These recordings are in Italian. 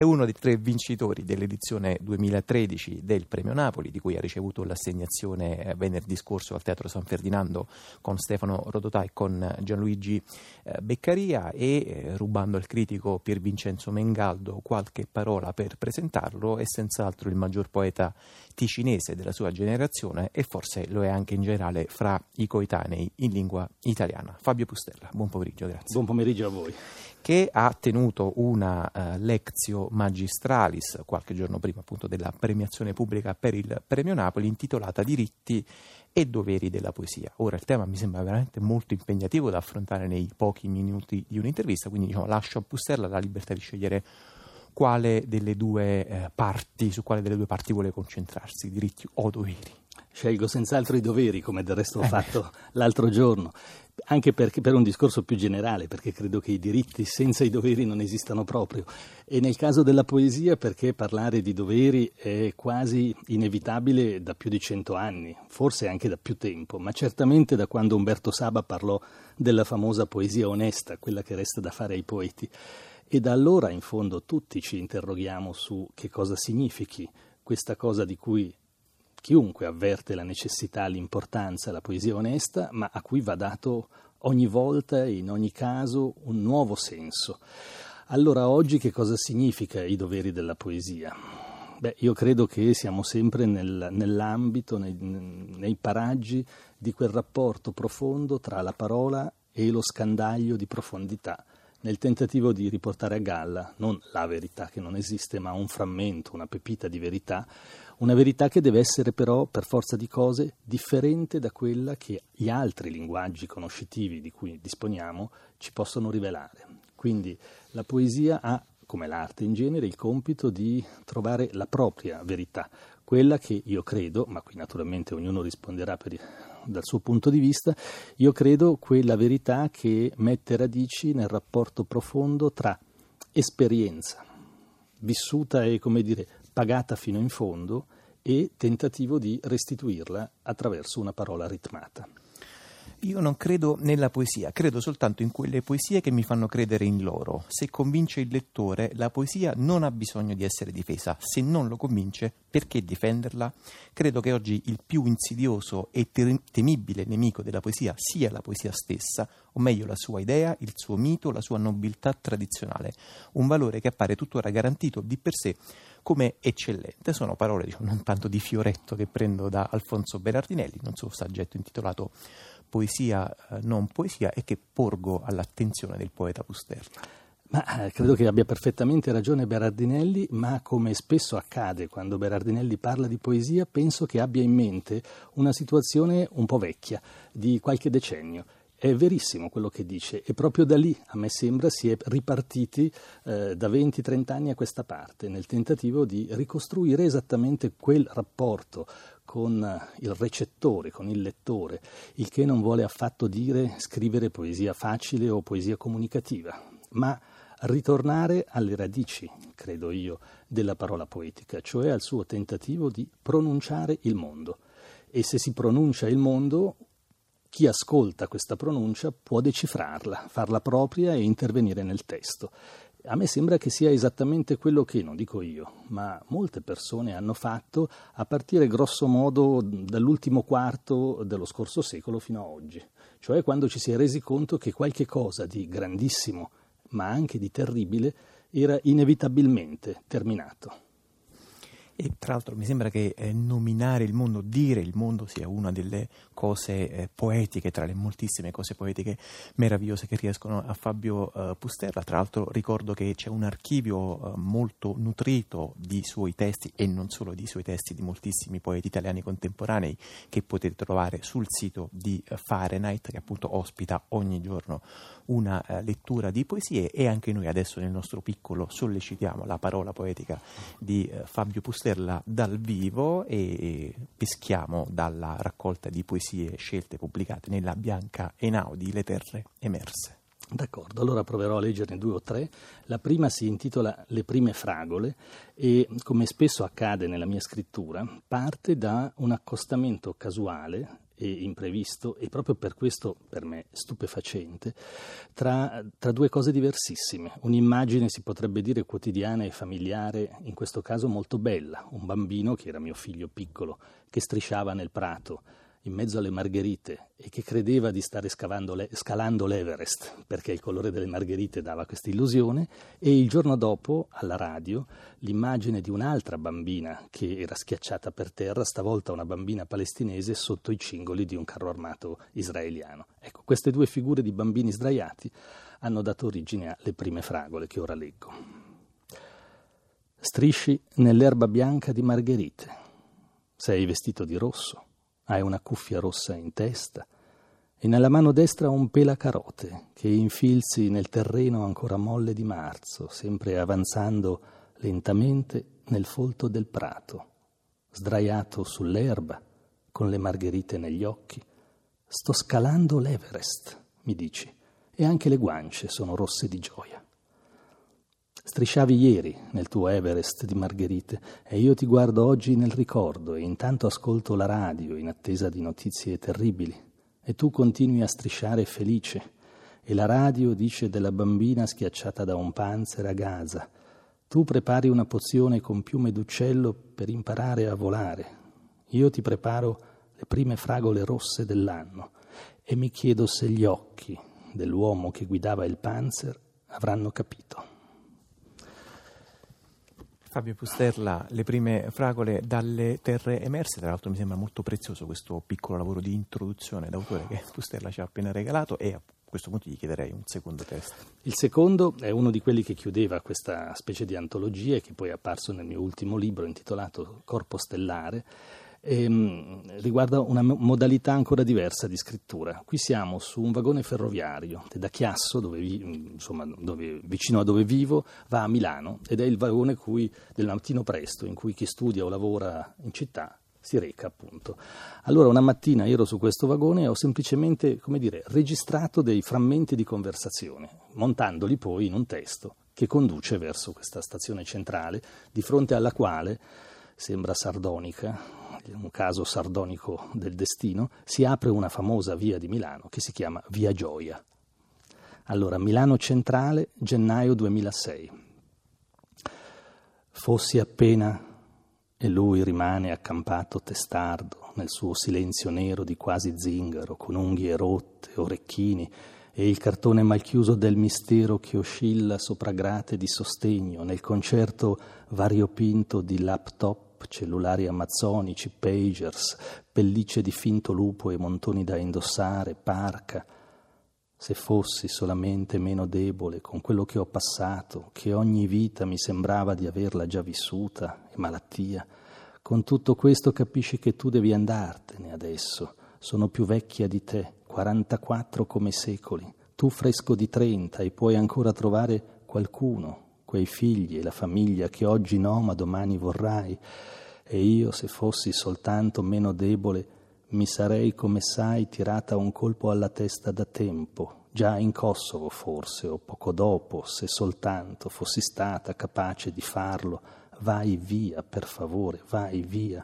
È uno dei 3 vincitori dell'edizione 2013 del Premio Napoli, di cui ha ricevuto l'assegnazione venerdì scorso al Teatro San Ferdinando con Stefano Rodotà e con Gianluigi Beccaria, e rubando al critico Pier Vincenzo Mengaldo qualche parola per presentarlo, è senz'altro il maggior poeta ticinese della sua generazione e forse lo è anche in generale fra i coetanei in lingua italiana. Fabio Pustella, buon pomeriggio, grazie. Buon pomeriggio a voi. Che ha tenuto una lectio magistralis qualche giorno prima appunto della premiazione pubblica per il Premio Napoli, intitolata Diritti e doveri della poesia. Ora il tema mi sembra veramente molto impegnativo da affrontare nei pochi minuti di un'intervista, quindi lascio a Pustella la libertà di scegliere quale delle due parti, su quale delle due parti vuole concentrarsi, diritti o doveri. Scelgo senz'altro i doveri, come del resto ho fatto l'altro giorno, anche perché per un discorso più generale, perché credo che i diritti senza i doveri non esistano proprio, e nel caso della poesia perché parlare di doveri è quasi inevitabile da più di 100 anni, forse anche da più tempo, ma certamente da quando Umberto Saba parlò della famosa poesia onesta, quella che resta da fare ai poeti. E da allora in fondo tutti ci interroghiamo su che cosa significhi questa cosa di cui chiunque avverte la necessità, l'importanza, la poesia onesta, ma a cui va dato ogni volta e in ogni caso un nuovo senso. Allora oggi che cosa significa i doveri della poesia? Io credo che siamo sempre nell'ambito, nei paraggi di quel rapporto profondo tra la parola e lo scandaglio di profondità, nel tentativo di riportare a galla non la verità che non esiste, ma un frammento, una pepita di verità, una verità che deve essere però, per forza di cose, differente da quella che gli altri linguaggi conoscitivi di cui disponiamo ci possono rivelare. Quindi la poesia ha, come l'arte in genere, il compito di trovare la propria verità, quella che io credo, ma qui naturalmente ognuno risponderà dal suo punto di vista, io credo quella verità che mette radici nel rapporto profondo tra esperienza vissuta e, come dire, pagata fino in fondo e tentativo di restituirla attraverso una parola ritmata. Io non credo nella poesia, credo soltanto in quelle poesie che mi fanno credere in loro. Se convince il lettore, la poesia non ha bisogno di essere difesa. Se non lo convince, perché difenderla? Credo che oggi il più insidioso e temibile nemico della poesia sia la poesia stessa, o meglio la sua idea, il suo mito, la sua nobiltà tradizionale, un valore che appare tuttora garantito di per sé come eccellente. Sono parole non tanto di fioretto che prendo da Alfonso Berardinelli, nel suo saggetto intitolato Poesia non poesia, e che porgo all'attenzione del poeta Pustella. Ma credo che abbia perfettamente ragione Berardinelli, ma come spesso accade quando Berardinelli parla di poesia, penso che abbia in mente una situazione un po' vecchia, di qualche decennio. È verissimo quello che dice, e proprio da lì, a me sembra, si è ripartiti da 20-30 anni a questa parte, nel tentativo di ricostruire esattamente quel rapporto con il recettore, con il lettore, il che non vuole affatto dire scrivere poesia facile o poesia comunicativa, ma ritornare alle radici, credo io, della parola poetica, cioè al suo tentativo di pronunciare il mondo. E se si pronuncia il mondo, chi ascolta questa pronuncia può decifrarla, farla propria e intervenire nel testo. A me sembra che sia esattamente quello che, non dico io, ma molte persone hanno fatto a partire grosso modo dall'ultimo quarto dello scorso secolo fino a oggi. Cioè quando ci si è resi conto che qualche cosa di grandissimo, ma anche di terribile, era inevitabilmente terminato. E tra l'altro mi sembra che nominare il mondo, dire il mondo, sia una delle cose poetiche, tra le moltissime cose poetiche meravigliose che riescono a Fabio Pustella. Tra l'altro ricordo che c'è un archivio molto nutrito di suoi testi, e non solo di suoi testi, di moltissimi poeti italiani contemporanei, che potete trovare sul sito di Fahrenheit, che appunto ospita ogni giorno una lettura di poesie, e anche noi adesso nel nostro piccolo sollecitiamo la parola poetica di Fabio Pustella dal vivo e peschiamo dalla raccolta di poesie scelte pubblicate nella Bianca Einaudi, Le terre emerse. D'accordo, allora proverò a leggerne 2 o 3. La prima si intitola Le prime fragole e, come spesso accade nella mia scrittura, parte da un accostamento casuale e imprevisto, e proprio per questo per me stupefacente, tra due cose diversissime. Un'immagine, si potrebbe dire, quotidiana e familiare, in questo caso molto bella, un bambino, che era mio figlio piccolo, che strisciava nel prato in mezzo alle margherite e che credeva di stare scalando l'Everest, perché il colore delle margherite dava questa illusione, e il giorno dopo alla radio l'immagine di un'altra bambina che era schiacciata per terra, stavolta una bambina palestinese sotto i cingoli di un carro armato israeliano. Ecco, queste due figure di bambini sdraiati hanno dato origine alle prime fragole che ora leggo. Strisci nell'erba bianca di margherite, sei vestito di rosso, hai una cuffia rossa in testa e nella mano destra un pelacarote che infilzi nel terreno ancora molle di marzo, sempre avanzando lentamente nel folto del prato, sdraiato sull'erba, con le margherite negli occhi. Sto scalando l'Everest, mi dici, e anche le guance sono rosse di gioia. Strisciavi ieri nel tuo Everest di margherite e io ti guardo oggi nel ricordo e intanto ascolto la radio in attesa di notizie terribili e tu continui a strisciare felice e la radio dice della bambina schiacciata da un panzer a Gaza. Tu prepari una pozione con piume d'uccello per imparare a volare. Io ti preparo le prime fragole rosse dell'anno e mi chiedo se gli occhi dell'uomo che guidava il panzer avranno capito. Fabio Pusterla, le prime fragole dalle terre emerse, tra l'altro mi sembra molto prezioso questo piccolo lavoro di introduzione d'autore che Pusterla ci ha appena regalato, e a questo punto gli chiederei un secondo testo. Il secondo è uno di quelli che chiudeva questa specie di antologia e che poi è apparso nel mio ultimo libro intitolato Corpo Stellare. Riguarda una modalità ancora diversa di scrittura. Qui siamo su un vagone ferroviario da Chiasso, dove vicino a dove vivo, va a Milano, ed è il vagone del mattino presto in cui chi studia o lavora in città si reca, appunto. Allora una mattina ero su questo vagone e ho semplicemente, registrato dei frammenti di conversazione, montandoli poi in un testo che conduce verso questa stazione centrale, di fronte alla quale, sembra sardonica, un caso sardonico del destino, si apre una famosa via di Milano che si chiama Via Gioia. Allora, Milano Centrale, gennaio 2006. Fossi appena, e lui rimane accampato testardo nel suo silenzio nero di quasi zingaro, con unghie rotte, orecchini e il cartone mal chiuso del mistero che oscilla sopra grate di sostegno nel concerto variopinto di laptop, cellulari amazzonici, pagers, pellicce di finto lupo e montoni da indossare, parca. Se fossi solamente meno debole con quello che ho passato, che ogni vita mi sembrava di averla già vissuta, e malattia, con tutto questo capisci che tu devi andartene adesso. Sono più vecchia di te, 44 come secoli, tu fresco di 30 e puoi ancora trovare qualcuno, quei figli e la famiglia che oggi no ma domani vorrai, e io se fossi soltanto meno debole mi sarei, come sai, tirata un colpo alla testa da tempo, già in Kosovo forse o poco dopo, se soltanto fossi stata capace di farlo. Vai via, per favore, vai via.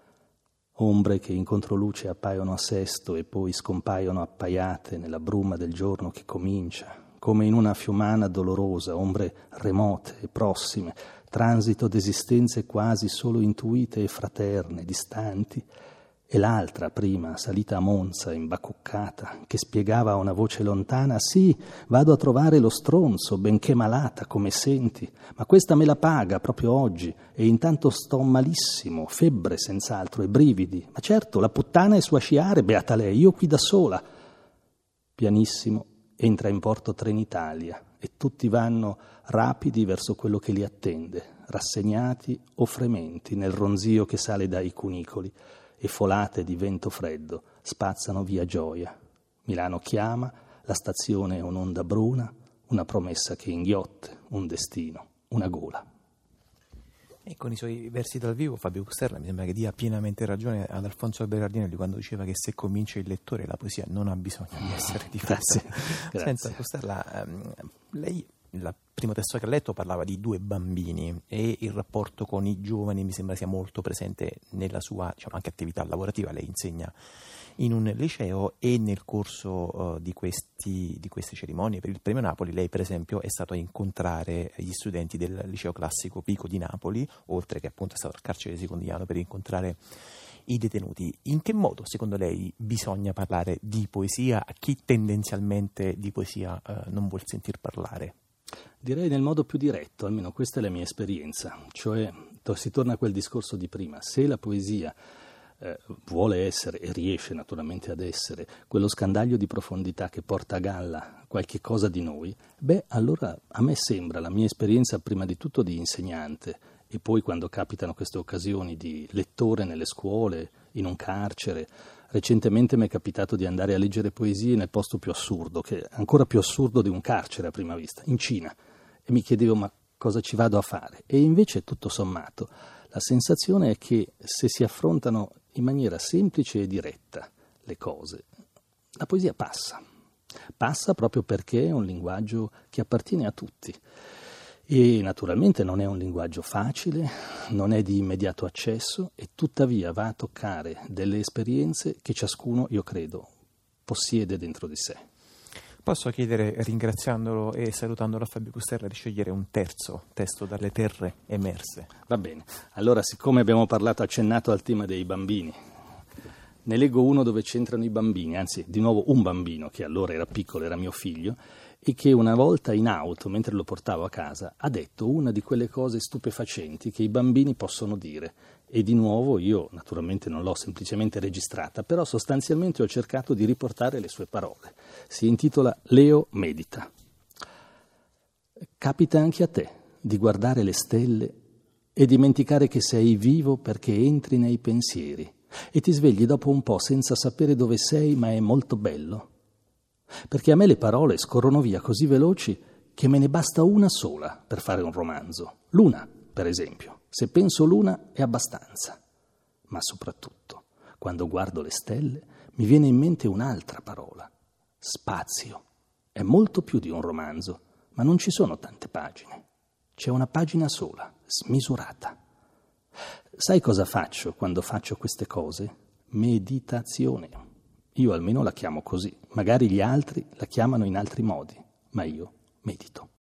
Ombre che in controluce appaiono a sesto e poi scompaiono appaiate nella bruma del giorno che comincia, come in una fiumana dolorosa, ombre remote e prossime, transito d'esistenze quasi solo intuite e fraterne, distanti, e l'altra prima, salita a Monza, imbacuccata, che spiegava a una voce lontana: sì, vado a trovare lo stronzo, benché malata, come senti, ma questa me la paga proprio oggi, e intanto sto malissimo, febbre senz'altro e brividi, ma certo, la puttana è su a sciare, beata lei, io qui da sola. Pianissimo entra in porto Trenitalia e tutti vanno rapidi verso quello che li attende, rassegnati o frementi nel ronzio che sale dai cunicoli, e folate di vento freddo spazzano Via Gioia. Milano chiama, la stazione è un'onda bruna, una promessa che inghiotte, un destino, una gola. E con i suoi versi dal vivo Fabio Pusterla mi sembra che dia pienamente ragione ad Alfonso Berardinelli quando diceva che se convince il lettore la poesia non ha bisogno di essere difesa. Grazie. Senta Pusterla, lei il primo testo che ha letto parlava di 2 bambini e il rapporto con i giovani mi sembra sia molto presente nella sua, diciamo, anche attività lavorativa. Lei insegna in un liceo e nel corso di queste cerimonie per il Premio Napoli lei per esempio è stato a incontrare gli studenti del liceo classico Pico di Napoli, oltre che appunto è stato al carcere di Secondigliano per incontrare i detenuti. In che modo secondo lei bisogna parlare di poesia a chi tendenzialmente di poesia non vuol sentir parlare? Direi nel modo più diretto, almeno questa è la mia esperienza, cioè si torna a quel discorso di prima: se la poesia vuole essere e riesce naturalmente ad essere quello scandaglio di profondità che porta a galla qualche cosa di noi, allora a me sembra, la mia esperienza prima di tutto di insegnante e poi quando capitano queste occasioni di lettore nelle scuole, in un carcere. Recentemente mi è capitato di andare a leggere poesie nel posto più assurdo, che è ancora più assurdo di un carcere a prima vista, in Cina, e mi chiedevo ma cosa ci vado a fare? E invece tutto sommato la sensazione è che se si affrontano in maniera semplice e diretta le cose, la poesia passa proprio perché è un linguaggio che appartiene a tutti. E naturalmente non è un linguaggio facile, non è di immediato accesso e tuttavia va a toccare delle esperienze che ciascuno, io credo, possiede dentro di sé. Posso chiedere, ringraziandolo e salutandolo a Fabio Pusterra, di scegliere un terzo testo dalle terre emerse? Va bene, allora siccome abbiamo accennato al tema dei bambini, ne leggo uno dove c'entrano i bambini, anzi di nuovo un bambino che allora era piccolo, era mio figlio, e che una volta in auto, mentre lo portavo a casa, ha detto una di quelle cose stupefacenti che i bambini possono dire. E di nuovo io naturalmente non l'ho semplicemente registrata, però sostanzialmente ho cercato di riportare le sue parole. Si intitola Leo medita. Capita anche a te di guardare le stelle e dimenticare che sei vivo perché entri nei pensieri e ti svegli dopo un po' senza sapere dove sei, ma è molto bello. Perché a me le parole scorrono via così veloci che me ne basta una sola per fare un romanzo. L'una, per esempio. Se penso l'una è abbastanza. Ma soprattutto, quando guardo le stelle, mi viene in mente un'altra parola. Spazio. È molto più di un romanzo, ma non ci sono tante pagine. C'è una pagina sola, smisurata. Sai cosa faccio quando faccio queste cose? Meditazione. Io almeno la chiamo così, magari gli altri la chiamano in altri modi, ma io medito.